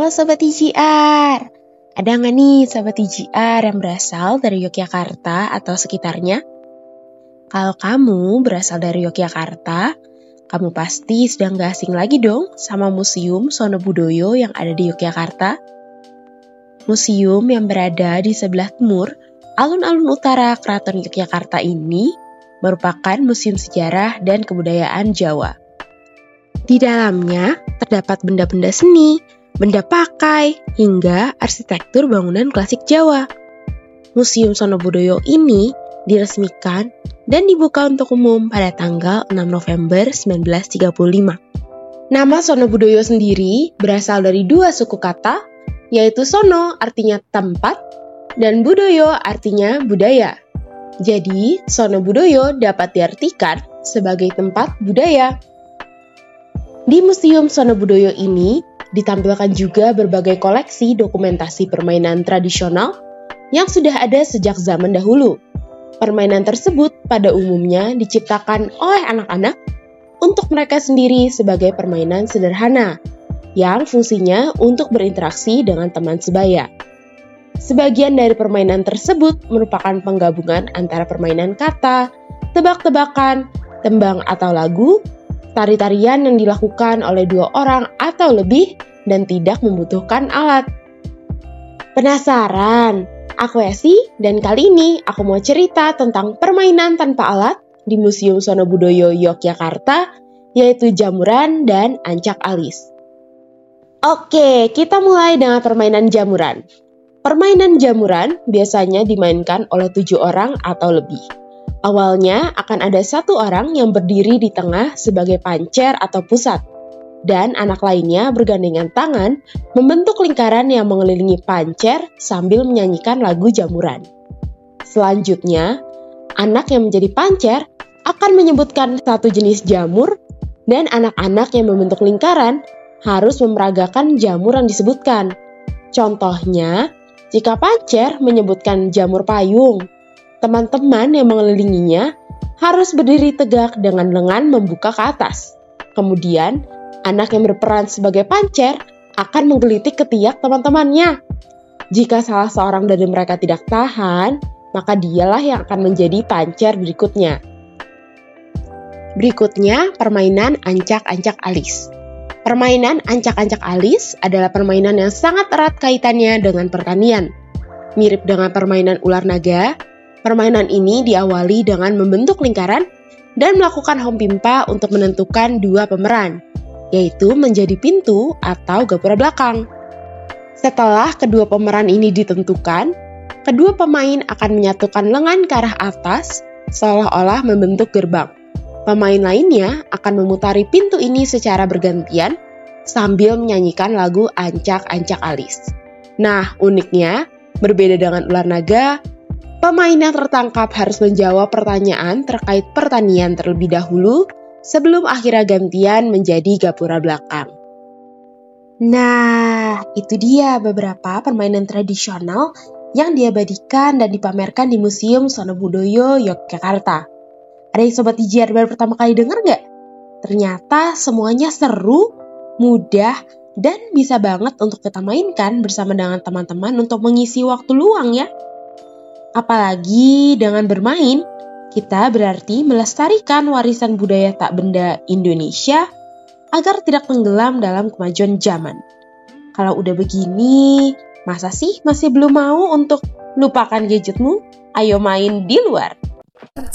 Sobat TGR. Ada nggak nih Sobat TGR yang berasal dari Yogyakarta atau sekitarnya? Kalau kamu berasal dari Yogyakarta, kamu pasti sudah nggak asing lagi dong sama Museum Sono Budoyo yang ada di Yogyakarta. Museum yang berada di sebelah timur, alun-alun utara Keraton Yogyakarta ini merupakan museum sejarah dan kebudayaan Jawa. Di dalamnya terdapat benda-benda seni, benda pakai, hingga arsitektur bangunan klasik Jawa. Museum Sono Budoyo ini diresmikan dan dibuka untuk umum pada tanggal 6 November 1935. Nama Sono Budoyo sendiri berasal dari dua suku kata, yaitu Sono artinya tempat, dan Budoyo artinya budaya. Jadi, Sono Budoyo dapat diartikan sebagai tempat budaya. Di Museum Sono Budoyo ini ditampilkan juga berbagai koleksi dokumentasi permainan tradisional yang sudah ada sejak zaman dahulu. Permainan tersebut pada umumnya diciptakan oleh anak-anak untuk mereka sendiri sebagai permainan sederhana yang fungsinya untuk berinteraksi dengan teman sebaya. Sebagian dari permainan tersebut merupakan penggabungan antara permainan kata, tebak-tebakan, tembang atau lagu, tari-tarian yang dilakukan oleh dua orang atau lebih dan tidak membutuhkan alat. Penasaran? Aku Esi, dan kali ini aku mau cerita tentang permainan tanpa alat di Museum Sono Budoyo Yogyakarta, yaitu jamuran dan ancak alis. Oke, kita mulai dengan permainan jamuran. Permainan jamuran biasanya dimainkan oleh 7 orang atau lebih. Awalnya akan ada satu orang yang berdiri di tengah sebagai pancer atau pusat, dan anak lainnya bergandengan tangan membentuk lingkaran yang mengelilingi pancer sambil menyanyikan lagu jamuran. Selanjutnya, anak yang menjadi pancer akan menyebutkan satu jenis jamur, dan anak-anak yang membentuk lingkaran harus memeragakan jamur yang disebutkan. Contohnya, jika pancer menyebutkan jamur payung, teman-teman yang mengelilinginya harus berdiri tegak dengan lengan membuka ke atas. Kemudian, anak yang berperan sebagai pancer akan menggelitik ketiak teman-temannya. Jika salah seorang dari mereka tidak tahan, maka dialah yang akan menjadi pancer berikutnya. Berikutnya, permainan ancak-ancak alis. Permainan ancak-ancak alis adalah permainan yang sangat erat kaitannya dengan pertanian. Mirip dengan permainan ular naga, permainan ini diawali dengan membentuk lingkaran dan melakukan hompimpa untuk menentukan dua pemeran, yaitu menjadi pintu atau gapura belakang. Setelah kedua pemeran ini ditentukan, kedua pemain akan menyatukan lengan ke arah atas seolah-olah membentuk gerbang. Pemain lainnya akan memutari pintu ini secara bergantian sambil menyanyikan lagu ancak-ancak alis. Nah, uniknya, berbeda dengan ular naga, pemain yang tertangkap harus menjawab pertanyaan terkait pertanian terlebih dahulu sebelum akhirnya gantian menjadi gapura belakang. Nah, itu dia beberapa permainan tradisional yang diabadikan dan dipamerkan di Museum Sono Budoyo Yogyakarta. Ada yang Sobat TGR baru pertama kali denger nggak? Ternyata semuanya seru, mudah, dan bisa banget untuk kita mainkan bersama dengan teman-teman untuk mengisi waktu luang ya. Apalagi dengan bermain, kita berarti melestarikan warisan budaya tak benda Indonesia agar tidak tenggelam dalam kemajuan zaman. Kalau udah begini, masa sih masih belum mau untuk lupakan gadgetmu? Ayo main di luar.